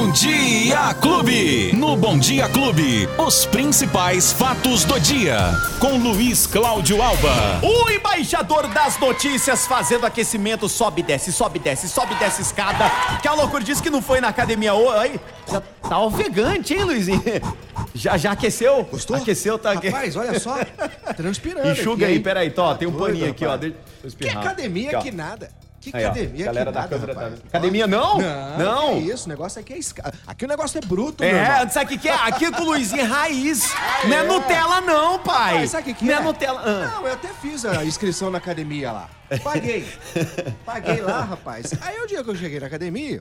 Bom Dia Clube. No Bom Dia Clube, os principais fatos do dia. Com Luiz Cláudio Alba. O embaixador das notícias fazendo aquecimento, sobe e desce, sobe e desce, sobe e desce escada. Que a loucura disse que não foi na academia hoje. Já tá ofegante, hein, Luizinho? Já aqueceu? Gostou? Aqueceu, tá aqui. Rapaz, olha só, transpirando. Enxuga aqui, aí, hein? peraí, Tó, Tá tem um doido, paninho aqui, ó. rapaz. Deixa eu Que espirrar. academia Aqui, ó. que nada. Que Aí, ó, academia galera que da nada, câmera rapaz. tá... Academia não? Não. Que isso, o negócio aqui é aqui o negócio é bruto, meu irmão. É, sabe o que é? Aqui é com o Luizinho é raiz. Não é Nutella não, pai. Rapaz, sabe o que não é? Não é Nutella. Não, eu até fiz a inscrição na academia lá. Paguei lá, rapaz. Aí o dia que eu cheguei na academia,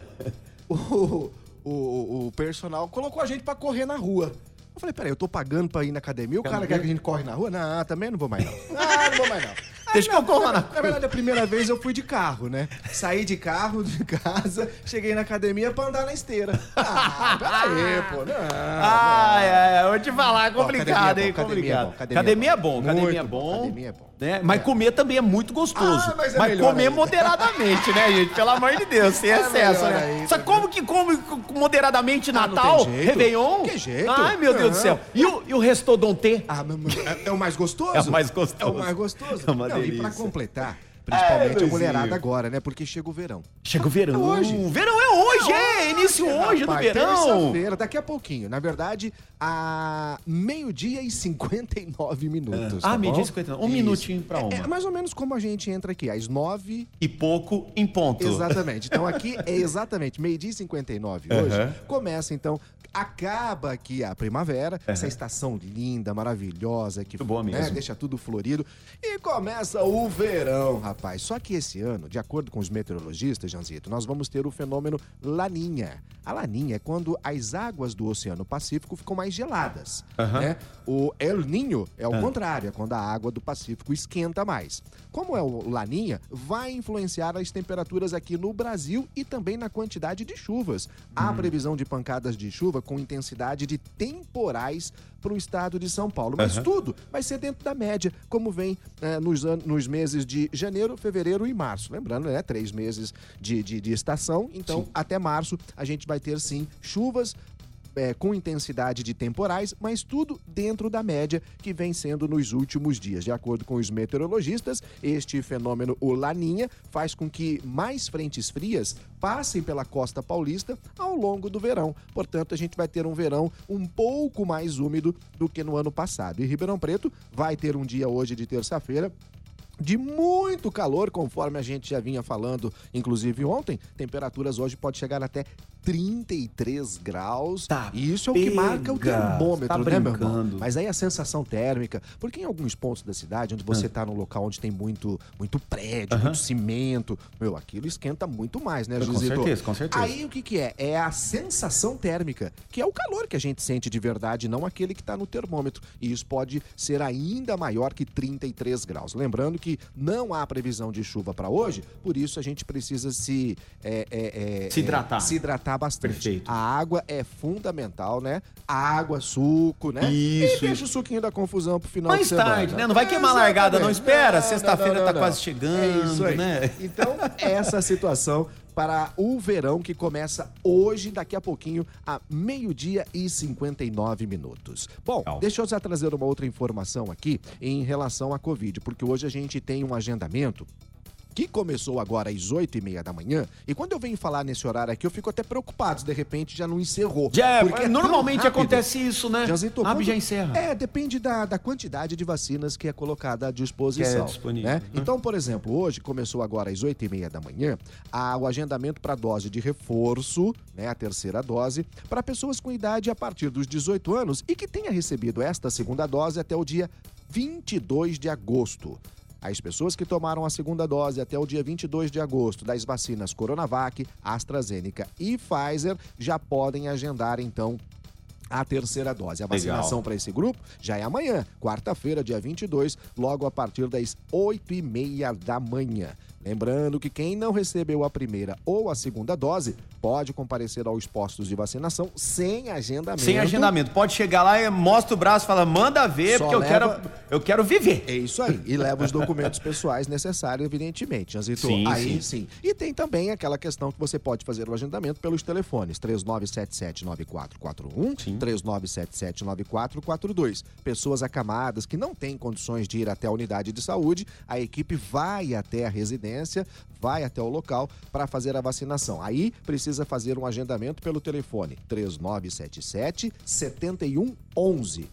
o personal colocou a gente pra correr na rua. Eu falei, peraí, eu tô pagando pra ir na academia, o cara quer que a gente corre na rua? Não, também não vou mais não. Não vou mais não. Deixa que eu corro lá na Na verdade, a primeira vez eu fui de carro, né? Saí de carro, de casa, cheguei na academia pra andar na esteira. Peraí, pô, não. Eu vou te falar, é complicado, hein? Complicado. Academia é bom, academia é bom. Academia é bom. Né? Mas comer também é muito gostoso. Mas é mas melhor comer ainda. moderadamente, né, gente? Pelo amor de Deus, sem excesso, melhor né? ainda. Só como que come moderadamente não Natal, tem jeito. Réveillon? Que jeito? Ai, meu Deus do céu. E o restaurante? É o mais gostoso? É o mais gostoso. É o mais gostoso. É uma Não, e delícia. pra completar, principalmente a Luizinho. mulherada agora, né? Porque chega o verão. Chega o verão. hoje. Verão é hoje, início hoje do Rapaz, verão. terça-feira, daqui a pouquinho. Na verdade, a 12h e 59 minutos. tá meio-dia bom? e 59. Um Isso. minutinho pra uma. É mais ou menos como a gente entra aqui, às 9. E pouco em ponto. Exatamente. Então aqui é exatamente meio-dia e 59 hoje. Começa então, acaba aqui a primavera, essa estação linda, maravilhosa, que Muito boa mesmo. deixa tudo florido. E começa o verão, rapaz. Só que esse ano, de acordo com os meteorologistas, Janzito, nós vamos ter o fenômeno Laninha. A Laninha é quando as águas do Oceano Pacífico ficam mais geladas, né? O El Niño é o contrário, é quando a água do Pacífico esquenta mais. Como é o Laninha, vai influenciar as temperaturas aqui no Brasil e também na quantidade de chuvas. Há previsão de pancadas de chuva com intensidade de temporais para o estado de São Paulo. Mas tudo vai ser dentro da média, como vem nos meses de janeiro, fevereiro e março. Lembrando, 3 meses de estação, então até março a gente vai ter sim chuvas com intensidade de temporais, mas tudo dentro da média que vem sendo nos últimos dias. De acordo com os meteorologistas, este fenômeno, o Laninha, faz com que mais frentes frias passem pela costa paulista ao longo do verão. Portanto, a gente vai ter um verão um pouco mais úmido do que no ano passado. E Ribeirão Preto vai ter um dia hoje de terça-feira de muito calor, conforme a gente já vinha falando, inclusive ontem. Temperaturas hoje podem chegar até 33 graus. Tá, Isso é o que marca o termômetro, tá né, meu irmão? brincando. Mas aí a sensação térmica, porque em alguns pontos da cidade, onde você tá num local onde tem muito prédio, muito cimento, aquilo esquenta muito mais, né, Jusito? Com certeza. Aí o que é? É a sensação térmica, que é o calor que a gente sente de verdade, não aquele que tá no termômetro. E isso pode ser ainda maior que 33 graus. Lembrando que não há previsão de chuva para hoje, por isso a gente precisa se hidratar bastante. Perfeito. A água é fundamental, né? Água, suco, né? Isso, E deixa o suquinho da confusão pro final de Mais semana. tarde, né? Não vai queimar a largada, não. Espera. Sexta-feira tá não. quase chegando, É isso aí. né? Então, essa situação para o verão que começa hoje, daqui a pouquinho, a 12h e 59 minutos. Bom, Legal. deixa eu já trazer uma outra informação aqui em relação à Covid, porque hoje a gente tem um agendamento que começou agora às 8h30 da manhã, e quando eu venho falar nesse horário aqui, eu fico até preocupado, se de repente já não encerrou. Porque normalmente tão rápido. acontece isso, né? Janzito, Abre e já encerra. Depende da quantidade de vacinas que é colocada à disposição. Que é disponível. Né? Então, por exemplo, hoje começou agora às 8h30 da manhã o agendamento para dose de reforço, né, a terceira dose, para pessoas com idade a partir dos 18 anos e que tenha recebido esta segunda dose até o dia 22 de agosto. As pessoas que tomaram a segunda dose até o dia 22 de agosto das vacinas Coronavac, AstraZeneca e Pfizer já podem agendar, então, a terceira dose. A vacinação para esse grupo já é amanhã, quarta-feira, dia 22, logo a partir das 8h30 da manhã. Lembrando que quem não recebeu a primeira ou a segunda dose pode comparecer aos postos de vacinação sem agendamento. Sem agendamento. Pode chegar lá e mostra o braço e fala, manda ver, Só porque eu quero viver. É isso aí. E leva os documentos pessoais necessários, evidentemente. Janzito, aí sim. E tem também aquela questão que você pode fazer o agendamento pelos telefones 3977-9441, 3977-9442. Pessoas acamadas que não têm condições de ir até a unidade de saúde, a equipe vai até a residência, vai até o local para fazer a vacinação. Aí precisa fazer um agendamento pelo telefone 3977-7111.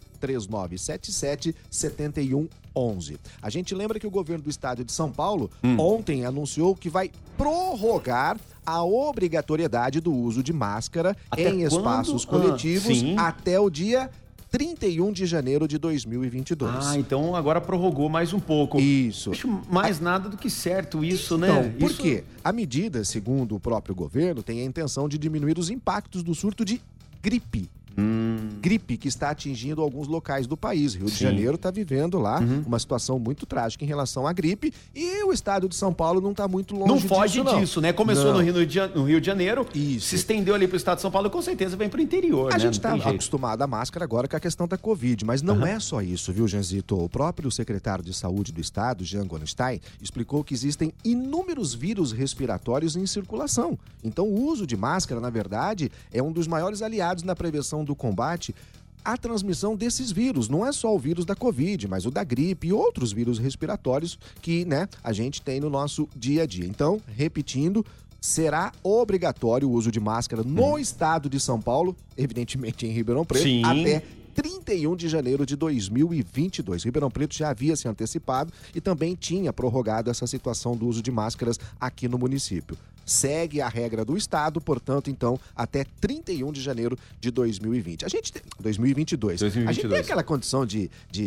3977-7111. A gente lembra que o governo do estado de São Paulo ontem anunciou que vai prorrogar a obrigatoriedade do uso de máscara em espaços coletivos até o dia 31 de janeiro de 2022. Ah, então agora prorrogou mais um pouco. Isso. Acho mais nada do que certo isso, então, né? Por quê? A medida, segundo o próprio governo, tem a intenção de diminuir os impactos do surto de gripe. Gripe que está atingindo alguns locais do país. Rio de Janeiro está vivendo lá uma situação muito trágica em relação à gripe e o estado de São Paulo não está muito longe disso. Não foge disso, né? Começou no Rio de Janeiro, Isso. se estendeu ali para o estado de São Paulo e com certeza vem para o interior, A gente está Não tem jeito. acostumado à máscara agora com a questão da Covid, mas não é só isso, viu, Janzito? O próprio secretário de Saúde do estado, Jean Gorenstein, explicou que existem inúmeros vírus respiratórios em circulação. Então o uso de máscara, na verdade, é um dos maiores aliados na prevenção do combate à transmissão desses vírus. Não é só o vírus da Covid, mas o da gripe e outros vírus respiratórios que, a gente tem no nosso dia a dia. Então, repetindo, será obrigatório o uso de máscara no estado de São Paulo, evidentemente em Ribeirão Preto, até 31 de janeiro de 2022. Ribeirão Preto já havia se antecipado e também tinha prorrogado essa situação do uso de máscaras aqui no município. Segue a regra do estado, portanto, então, até 31 de janeiro de 2020. 2022. A gente tem aquela condição de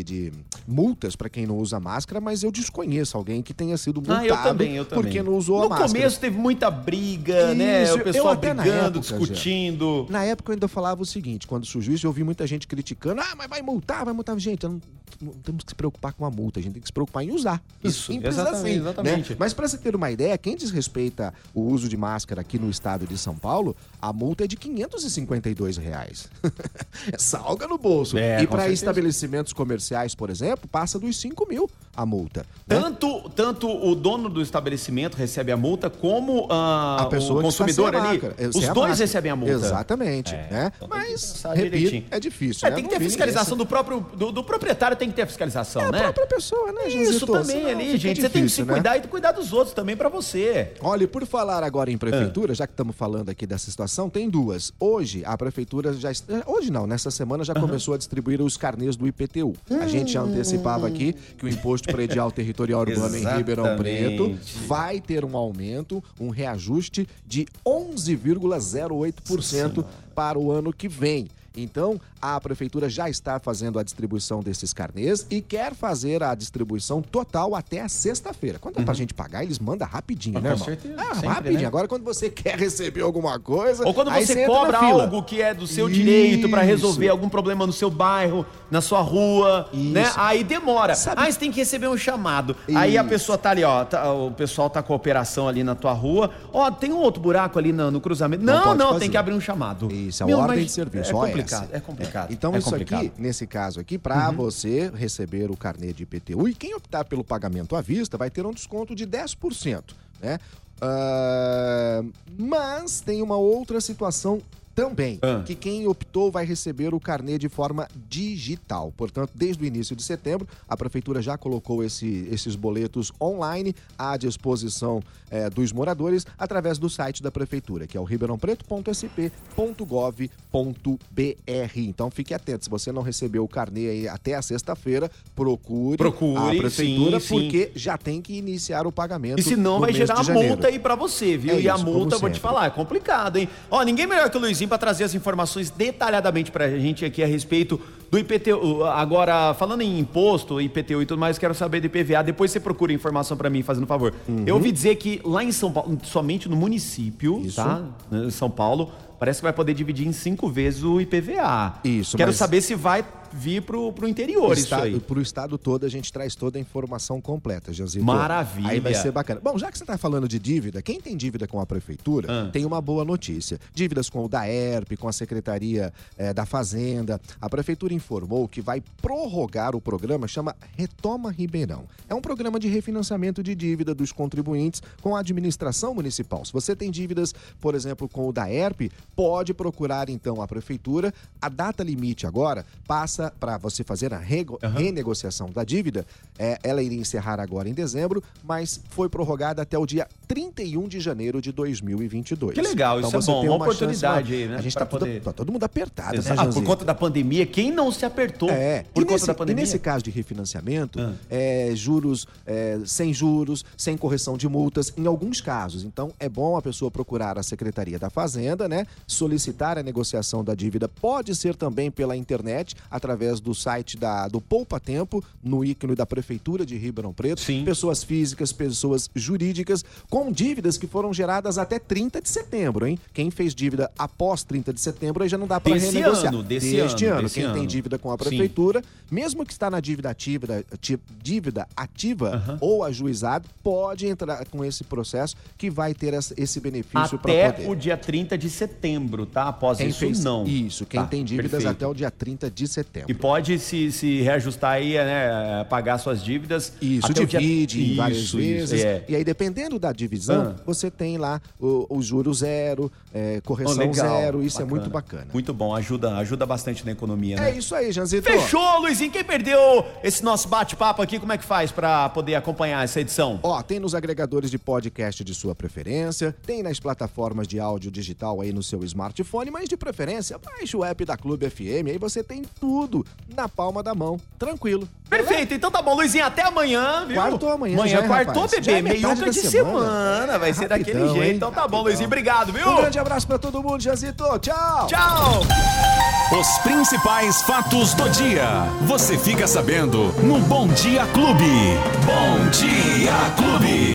multas para quem não usa máscara, mas eu desconheço alguém que tenha sido multado eu também. porque não usou a máscara. No começo teve muita briga, né? O pessoal brigando, discutindo. Na época eu ainda falava o seguinte, quando surgiu isso, eu ouvi muita gente criticando, mas vai multar. Gente, não temos que se preocupar com a multa, a gente tem que se preocupar em usar. Isso, simples exatamente. Né? Mas para você ter uma ideia, quem desrespeita o uso de máscara aqui no estado de São Paulo, a multa é de R$552. Salga no bolso. E para estabelecimentos comerciais, por exemplo, passa dos 5 mil a multa. Tanto o dono do estabelecimento recebe a multa, como a pessoa o consumidor ali. Os dois recebem a multa. Exatamente. Então mas, repito, é difícil. Tem que ter fiscalização do proprietário, tem que ter fiscalização, né? A própria pessoa, né, gente? Isso também ali, gente. Você tem que se cuidar e cuidar dos outros também para você. Olha, por falar agora em prefeitura, já que estamos falando aqui dessa situação, tem duas. Hoje, a prefeitura nessa semana já começou a distribuir os carnês do IPTU. A gente já antecipava aqui que o Imposto Predial Territorial Urbano em Ribeirão Preto vai ter um aumento, um reajuste de 11,08% para o ano que vem. Então, a prefeitura já está fazendo a distribuição desses carnês e quer fazer a distribuição total até a sexta-feira. Quando é pra gente pagar, eles mandam rapidinho, né, irmão? Com certeza. Rapidinho. Né? Agora, quando você quer receber alguma coisa... Ou quando você cobra algo que é do seu direito para resolver algum problema no seu bairro, na sua rua, né? Aí demora. Aí você tem que receber um chamado. Aí a pessoa tá ali, o pessoal tá com a operação ali na tua rua. Tem um outro buraco ali no cruzamento. Não, tem que abrir um chamado. Isso, é uma ordem de serviço. É complicado. Então, isso aqui, nesse caso aqui, para você receber o carnê de IPTU, e quem optar pelo pagamento à vista vai ter um desconto de 10%, né? Mas tem uma outra situação também, que quem optou vai receber o carnê de forma digital. Portanto, desde o início de setembro, a prefeitura já colocou esses boletos online à disposição dos moradores através do site da prefeitura, que é o ribeirãopreto.sp.gov.br. Então, fique atento. Se você não recebeu o carnê aí até a sexta-feira, procure a prefeitura, porque já tem que iniciar o pagamento. E senão vai gerar a multa aí pra você, viu? E a multa, vou te falar, é complicado, hein? Ninguém melhor que o Luizinho para trazer as informações detalhadamente pra gente aqui a respeito do IPTU. Agora, falando em imposto, IPTU e tudo mais, quero saber do IPVA. Depois você procura informação para mim, fazendo um favor. Eu ouvi dizer que lá em São Paulo, somente no município, tá? Em São Paulo, parece que vai poder dividir em 5 vezes o IPVA. Quero saber se vai vir pro interior isso aí. Pro estado todo, a gente traz toda a informação completa, Janzito. Maravilha. Aí vai ser bacana. Bom, já que você tá falando de dívida, quem tem dívida com a prefeitura, tem uma boa notícia. Dívidas com o DAERP, com a Secretaria da Fazenda. A prefeitura informou que vai prorrogar o programa, chama Retoma Ribeirão. É um programa de refinanciamento de dívida dos contribuintes com a administração municipal. Se você tem dívidas, por exemplo, com o DAERP, pode procurar então a prefeitura. A data limite agora passa para você fazer a renegociação da dívida. Ela iria encerrar agora em dezembro, mas foi prorrogada até o dia 31 de janeiro de 2022. Que legal, então, isso é bom, uma oportunidade aí, né? A gente tá todo mundo apertado, né, por conta da pandemia, quem não se apertou por conta da pandemia? E nesse caso de refinanciamento, juros sem juros, sem correção de multas, em alguns casos. Então, é bom a pessoa procurar a Secretaria da Fazenda, né? Solicitar a negociação da dívida. Pode ser também pela internet, através do site do Poupa Tempo, no ícone da Prefeitura de Ribeirão Preto. Sim. Pessoas físicas, pessoas jurídicas, com dívidas que foram geradas até 30 de setembro, hein? Quem fez dívida após 30 de setembro, aí já não dá para renegociar. Deste ano. Quem tem dívida com a Prefeitura, mesmo que está na dívida ativa ou ajuizado, pode entrar com esse processo que vai ter esse benefício para poder. Até o dia 30 de setembro, tá? Após não. Isso, quem tem dívidas até o dia 30 de setembro. E pode se reajustar aí, né? Pagar suas dívidas. Isso, até divide várias vezes. E aí, dependendo da divisão, você tem lá o juro zero, correção zero. Isso é muito bacana. Muito bom, ajuda bastante na economia, né? É isso aí, Janzito. Fechou, Luizinho. Quem perdeu esse nosso bate-papo aqui, como é que faz para poder acompanhar essa edição? Tem nos agregadores de podcast de sua preferência, tem nas plataformas de áudio digital aí no seu smartphone, mas de preferência, baixe o app da Clube FM, aí você tem tudo na palma da mão, tranquilo. Perfeito, então tá bom, Luizinho, até amanhã, viu? Quartou amanhã. Amanhã quartou, bebê, meiuca de semana, vai ser daquele jeito. Hein? Então tá bom, Luizinho, obrigado, viu? Um grande abraço pra todo mundo, Janzito, tchau! Tchau! Os principais fatos do dia, você fica sabendo no Bom Dia Clube. Bom Dia Clube.